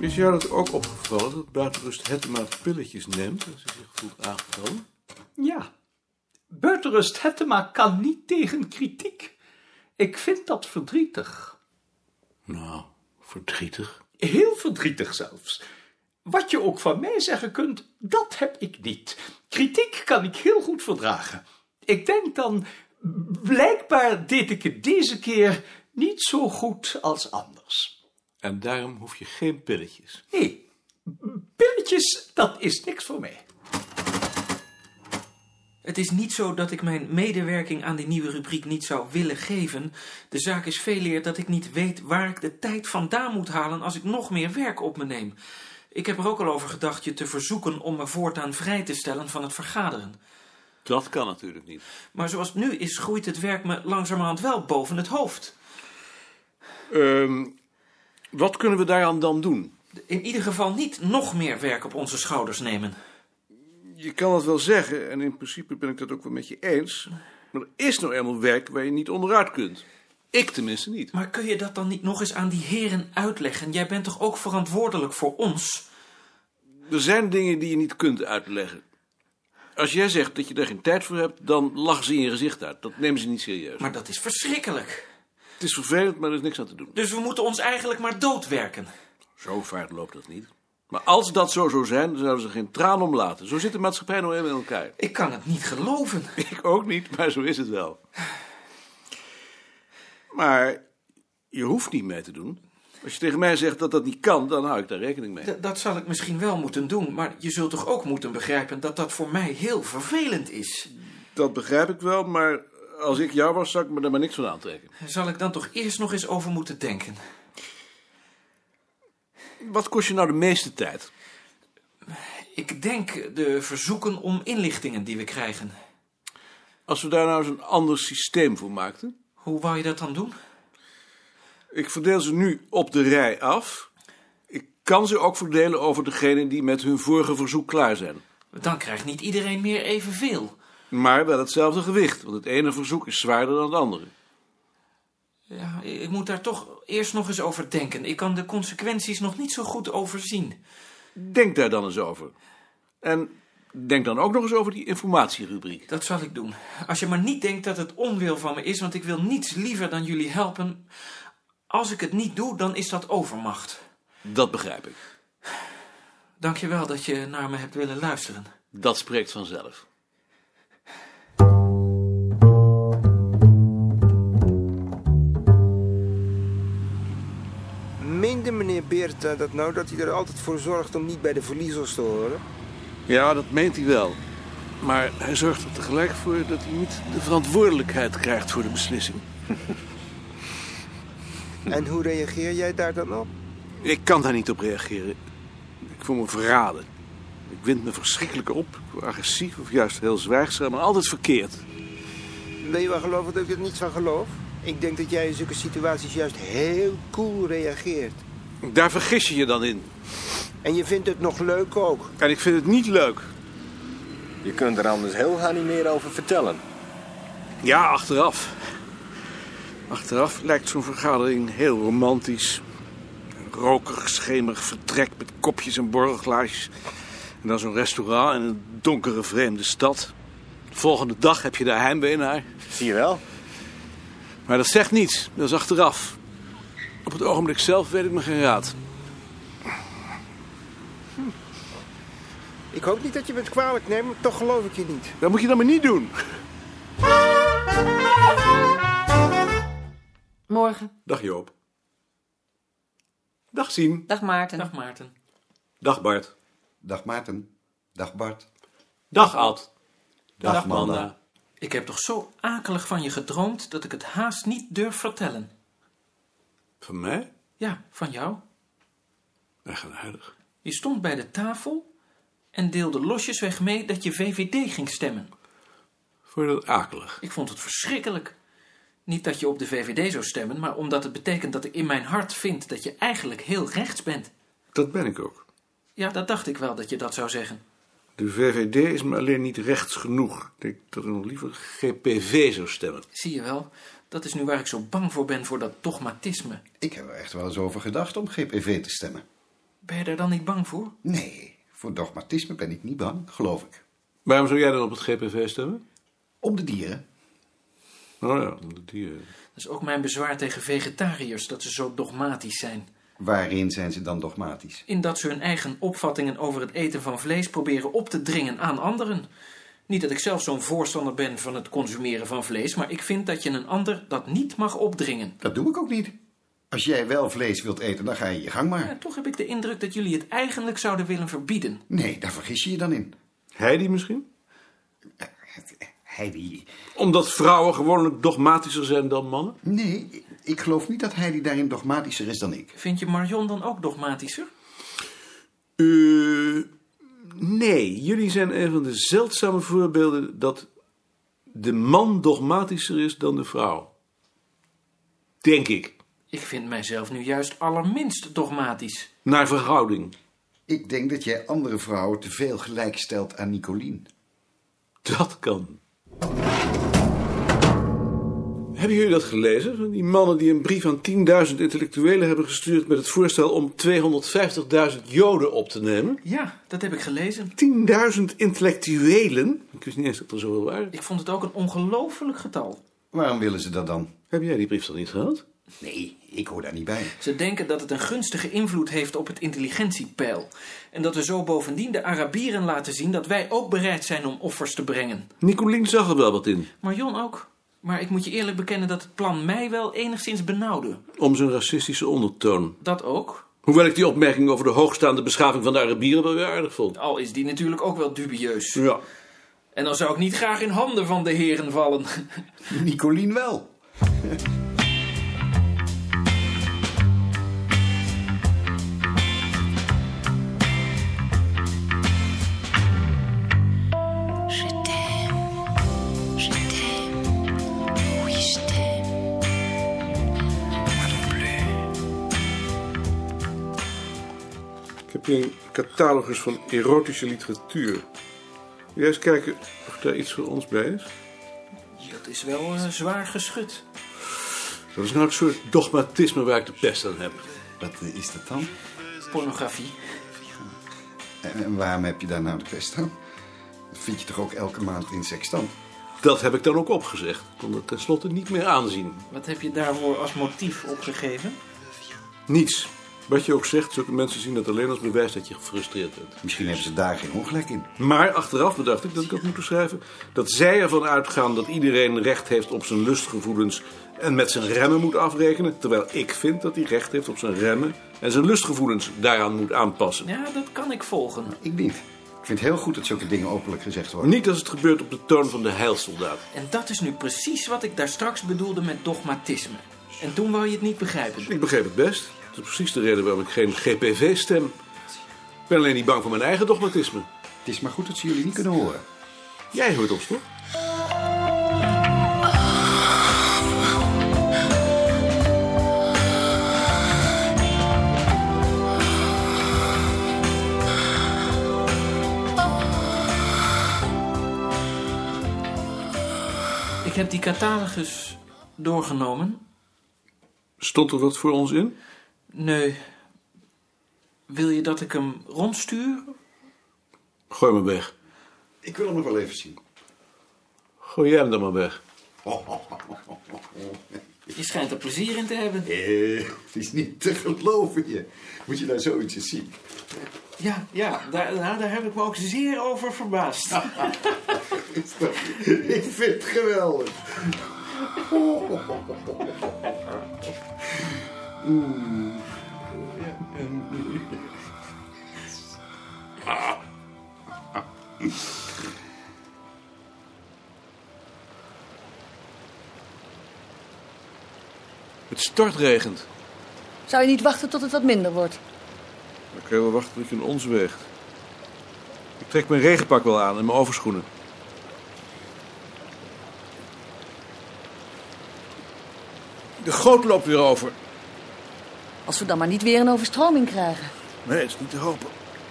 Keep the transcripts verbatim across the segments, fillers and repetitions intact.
Is jou dat ook opgevallen, dat Buitenrust Hettema pilletjes neemt als hij zich voelt aangevallen? Ja, Buitenrust Hettema kan niet tegen kritiek. Ik vind dat verdrietig. Nou, verdrietig. Heel verdrietig zelfs. Wat je ook van mij zeggen kunt, dat heb ik niet. Kritiek kan ik heel goed verdragen. Ik denk dan, blijkbaar deed ik het deze keer niet zo goed als anders. En daarom hoef je geen pilletjes. Nee, pilletjes, dat is niks voor mij. Het is niet zo dat ik mijn medewerking aan die nieuwe rubriek niet zou willen geven. De zaak is veel eer dat ik niet weet waar ik de tijd vandaan moet halen als ik nog meer werk op me neem. Ik heb er ook al over gedacht je te verzoeken om me voortaan vrij te stellen van het vergaderen. Dat kan natuurlijk niet. Maar zoals het nu is, groeit het werk me langzamerhand wel boven het hoofd. Um, wat kunnen we daaraan dan doen? In ieder geval niet nog meer werk op onze schouders nemen. Je kan het wel zeggen, en in principe ben ik dat ook wel met je eens. Maar er is nou eenmaal werk waar je niet onderuit kunt. Ik tenminste niet. Maar kun je dat dan niet nog eens aan die heren uitleggen? Jij bent toch ook verantwoordelijk voor ons? Er zijn dingen die je niet kunt uitleggen. Als jij zegt dat je daar geen tijd voor hebt, dan lachen ze in je gezicht uit. Dat nemen ze niet serieus. Maar dat is verschrikkelijk. Het is vervelend, maar er is niks aan te doen. Dus we moeten ons eigenlijk maar doodwerken. Zo vaart loopt dat niet. Maar als dat zo zou zijn, dan zouden ze geen traan om laten. Zo zit de maatschappij nou eenmaal in elkaar. Ik kan het niet geloven. Ik ook niet, maar zo is het wel. Maar je hoeft niet mee te doen. Als je tegen mij zegt dat dat niet kan, dan hou ik daar rekening mee. D- dat zal ik misschien wel moeten doen, maar je zult toch ook moeten begrijpen dat dat voor mij heel vervelend is. Dat begrijp ik wel, maar als ik jou was, zou ik me daar maar niks van aantrekken. Zal ik dan toch eerst nog eens over moeten denken? Wat kost je nou de meeste tijd? Ik denk de verzoeken om inlichtingen die we krijgen. Als we daar nou eens een ander systeem voor maakten? Hoe wou je dat dan doen? Ik verdeel ze nu op de rij af. Ik kan ze ook verdelen over degenen die met hun vorige verzoek klaar zijn. Dan krijgt niet iedereen meer evenveel. Maar wel hetzelfde gewicht, want het ene verzoek is zwaarder dan het andere. Ja, ik moet daar toch eerst nog eens over denken. Ik kan de consequenties nog niet zo goed overzien. Denk daar dan eens over. En denk dan ook nog eens over die informatierubriek. Dat zal ik doen. Als je maar niet denkt dat het onwil van me is, want ik wil niets liever dan jullie helpen. Als ik het niet doe, dan is dat overmacht. Dat begrijp ik. Dank je wel dat je naar me hebt willen luisteren. Dat spreekt vanzelf. Meende meneer Beerta dat nou, dat hij er altijd voor zorgt om niet bij de verliezers te horen? Ja, dat meent hij wel. Maar hij zorgt er tegelijk voor dat hij niet de verantwoordelijkheid krijgt voor de beslissing. En hoe reageer jij daar dan op? Ik kan daar niet op reageren. Ik voel me verraden. Ik wind me verschrikkelijk op. Ik word agressief of juist heel zwijgzaam, maar altijd verkeerd. Wil je wel geloven dat ik er niets van geloof? Ik denk dat jij in zulke situaties juist heel cool reageert. Daar vergis je je dan in. En je vindt het nog leuk ook. En ik vind het niet leuk. Je kunt er anders heel gaan niet meer over vertellen. Ja, achteraf. Achteraf lijkt zo'n vergadering heel romantisch. Een rokerig, schemerig vertrek met kopjes en borrelglaasjes. En dan zo'n restaurant in een donkere, vreemde stad. De volgende dag heb je daar heimwee naar. Zie je wel? Maar dat zegt niets. Dat is achteraf. Op het ogenblik zelf weet ik me geen raad. Hm. Ik hoop niet dat je me het kwalijk neemt, maar toch geloof ik je niet. Dat moet je dan maar niet doen. Morgen. Dag Joop. Dag Sien. Dag Maarten. Dag Maarten. Dag Bart. Dag Maarten. Dag Bart. Dag Ad. Dag, Dag Manda. Manda. Ik heb toch zo akelig van je gedroomd dat ik het haast niet durf vertellen. Van mij? Ja, van jou. Eigenaardig. Je stond bij de tafel en deelde losjesweg mee dat je V V D ging stemmen. Vond je dat akelig? Ik vond het verschrikkelijk. Niet dat je op de V V D zou stemmen, maar omdat het betekent dat ik in mijn hart vind dat je eigenlijk heel rechts bent. Dat ben ik ook. Ja, dat dacht ik wel dat je dat zou zeggen. De V V D is me alleen niet rechts genoeg. Ik denk dat ik nog liever G P V zou stemmen. Zie je wel, dat is nu waar ik zo bang voor ben voor dat dogmatisme. Ik heb er echt wel eens over gedacht om G P V te stemmen. Ben je daar dan niet bang voor? Nee, voor dogmatisme ben ik niet bang, geloof ik. Waarom zou jij dan op het G P V stemmen? Om de dieren. Oh ja, om de dieren. Dat is ook mijn bezwaar tegen vegetariërs, dat ze zo dogmatisch zijn. Waarin zijn ze dan dogmatisch? In dat ze hun eigen opvattingen over het eten van vlees proberen op te dringen aan anderen. Niet dat ik zelf zo'n voorstander ben van het consumeren van vlees, maar ik vind dat je een ander dat niet mag opdringen. Dat doe ik ook niet. Als jij wel vlees wilt eten, dan ga je je gang maar. Ja, toch heb ik de indruk dat jullie het eigenlijk zouden willen verbieden. Nee, daar vergis je je dan in. Heidi misschien? Heidi... Omdat vrouwen gewoonlijk dogmatischer zijn dan mannen? Nee, ik geloof niet dat Heidi daarin dogmatischer is dan ik. Vind je Marion dan ook dogmatischer? Uh, nee, jullie zijn een van de zeldzame voorbeelden dat de man dogmatischer is dan de vrouw. Denk ik. Ik vind mijzelf nu juist allerminst dogmatisch. Naar verhouding. Ik denk dat jij andere vrouwen te veel gelijkstelt aan Nicolien. Dat kan. Hebben jullie dat gelezen? Van die mannen die een brief aan tienduizend intellectuelen hebben gestuurd met het voorstel om tweehonderdvijftigduizend Joden op te nemen? Ja, dat heb ik gelezen. tienduizend intellectuelen? Ik wist niet eens dat er zoveel waren. Ik vond het ook een ongelooflijk getal. Waarom willen ze dat dan? Heb jij die brief dan niet gehad? Nee, ik hoor daar niet bij. Ze denken dat het een gunstige invloed heeft op het intelligentiepeil. En dat we zo bovendien de Arabieren laten zien dat wij ook bereid zijn om offers te brengen. Nicolien zag er wel wat in. Marion ook. Maar ik moet je eerlijk bekennen dat het plan mij wel enigszins benauwde. Om zijn racistische ondertoon. Dat ook. Hoewel ik die opmerking over de hoogstaande beschaving van de Arabieren wel weer aardig vond. Al is die natuurlijk ook wel dubieus. Ja. En dan zou ik niet graag in handen van de heren vallen. Nicolien wel. Ik heb hier een catalogus van erotische literatuur. Wil jij eens kijken of daar iets voor ons bij is? Dat is wel uh, zwaar geschud. Dat is nou het soort dogmatisme waar ik de pest aan heb. Wat is dat dan? Pornografie. En, en waarom heb je daar nou de pest aan? Dat vind je toch ook elke maand in sextant? Dat heb ik dan ook opgezegd. Ik kon het tenslotte niet meer aanzien. Wat heb je daarvoor als motief opgegeven? Niets. Wat je ook zegt, zulke mensen zien dat alleen als bewijs dat je gefrustreerd bent. Misschien hebben ze daar geen ongelijk in. Maar achteraf bedacht ik dat ik had moeten schrijven dat zij ervan uitgaan dat iedereen recht heeft op zijn lustgevoelens en met zijn remmen moet afrekenen, terwijl ik vind dat hij recht heeft op zijn remmen en zijn lustgevoelens daaraan moet aanpassen. Ja, dat kan ik volgen. Ik niet. Ik vind het heel goed dat zulke dingen openlijk gezegd worden. Niet als het gebeurt op de toon van de heilsoldaat. En dat is nu precies wat ik daar straks bedoelde met dogmatisme. En toen wou je het niet begrijpen. Ik begreep het best. Dat is precies de reden waarom ik geen G P V stem. Ik ben alleen niet bang voor mijn eigen dogmatisme. Het is maar goed dat ze jullie niet kunnen horen. Jij hoort ons toch? Ik heb die catalogus doorgenomen. Stond er wat voor ons in? Nee. Wil je dat ik hem rondstuur? Gooi me weg. Ik wil hem nog wel even zien. Gooi jij hem dan maar weg. Je schijnt er plezier in te hebben. Eh, het is niet te geloven je. Moet je nou zoiets eens zien. Ja, ja daar, nou, daar heb ik me ook zeer over verbaasd. Ik vind het geweldig. Oeh. Het stortregent. Zou je niet wachten tot het wat minder wordt? Dan kun je wel wachten tot je een ons weegt. Ik trek mijn regenpak wel aan en mijn overschoenen. De goot loopt weer over. Als we dan maar niet weer een overstroming krijgen. Nee, het is niet te hopen.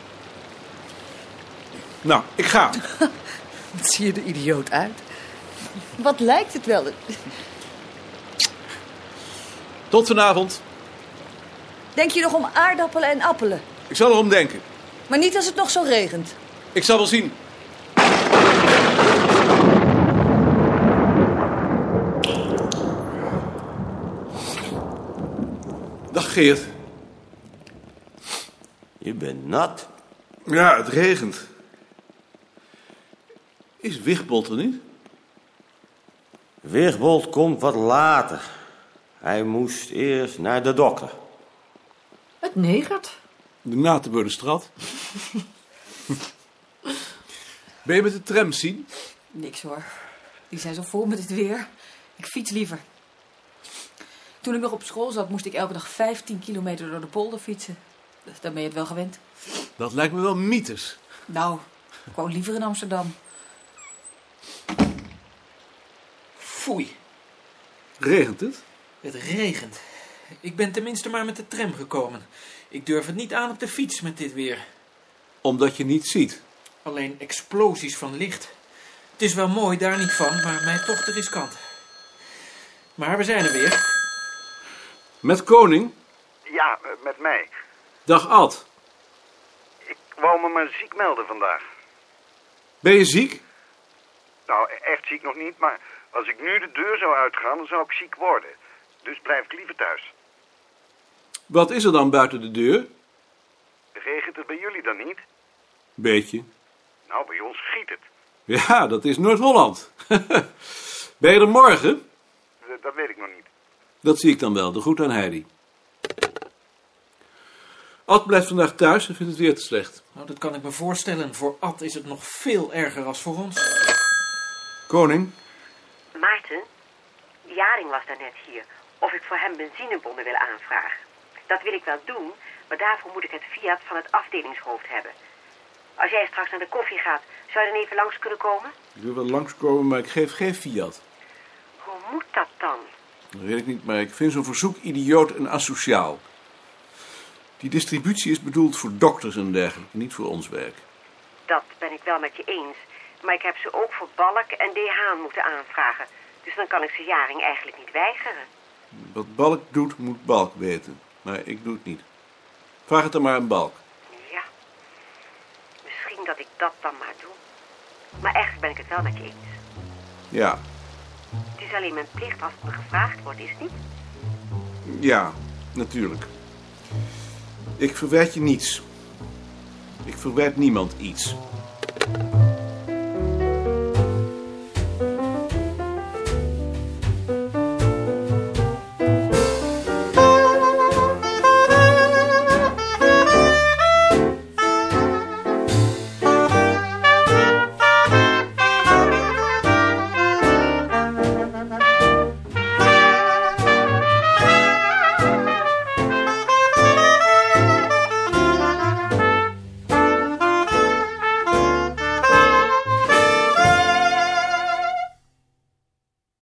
Nou, ik ga. Wat zie je er idioot uit. Wat lijkt het wel. Tot vanavond. Denk je nog om aardappelen en appelen? Ik zal erom denken. Maar niet als het nog zo regent. Ik zal wel zien. Dag Geert. Je bent nat. Ja, het regent. Is Wigbold er niet? Wigbold komt wat later. Hij moest eerst naar de dokter. Het negert. De Natenbeurdenstraat. Ben je met de tram zien? Niks hoor. Die zijn zo vol met het weer. Ik fiets liever. Toen ik nog op school zat, moest ik elke dag vijftien kilometer door de polder fietsen. Dus dan ben je het wel gewend. Dat lijkt me wel mythes. Nou, ik woon liever in Amsterdam. Foei, Regent het? het regent. Ik ben tenminste maar met de tram gekomen. Ik durf het niet aan op de fiets met dit weer. Omdat je niet ziet. Alleen explosies van licht. Het is wel mooi, daar niet van, maar mij toch te riskant. Maar we zijn er weer. Met Koning? Ja, met mij. Dag Ad. Ik wou me maar ziek melden vandaag. Ben je ziek? Nou, echt ziek nog niet, maar als ik nu de deur zou uitgaan, dan zou ik ziek worden. Dus blijf ik liever thuis. Wat is er dan buiten de deur? Regent het bij jullie dan niet? Beetje. Nou, bij ons giet het. Ja, dat is Noord-Holland. Ben je er morgen? Dat, dat weet ik nog niet. Dat zie ik dan wel. De groet aan Heidi. Ad blijft vandaag thuis en vindt het weer te slecht. Nou, dat kan ik me voorstellen. Voor Ad is het nog veel erger als voor ons. Koning? Maarten, Jaring was daarnet hier. Of ik voor hem benzinebonnen wil aanvragen. Dat wil ik wel doen, maar daarvoor moet ik het fiat van het afdelingshoofd hebben. Als jij straks naar de koffie gaat, zou je dan even langs kunnen komen? Ik wil wel langskomen, maar ik geef geen fiat. Hoe moet dat dan? Dat weet ik niet, maar ik vind zo'n verzoek idioot en asociaal. Die distributie is bedoeld voor dokters en dergelijke, niet voor ons werk. Dat ben ik wel met je eens. Maar ik heb ze ook voor Balk en D. Haan moeten aanvragen. Dus dan kan ik ze Jaring eigenlijk niet weigeren. Wat Balk doet, moet Balk weten. Maar ik doe het niet. Vraag het dan maar aan Balk. Ja, misschien dat ik dat dan maar doe. Maar eigenlijk ben ik het wel met je eens. Ja, Het is alleen mijn plicht als het me gevraagd wordt, is het niet? ja, natuurlijk. Ik verwijt je niets. Ik verwijt niemand iets.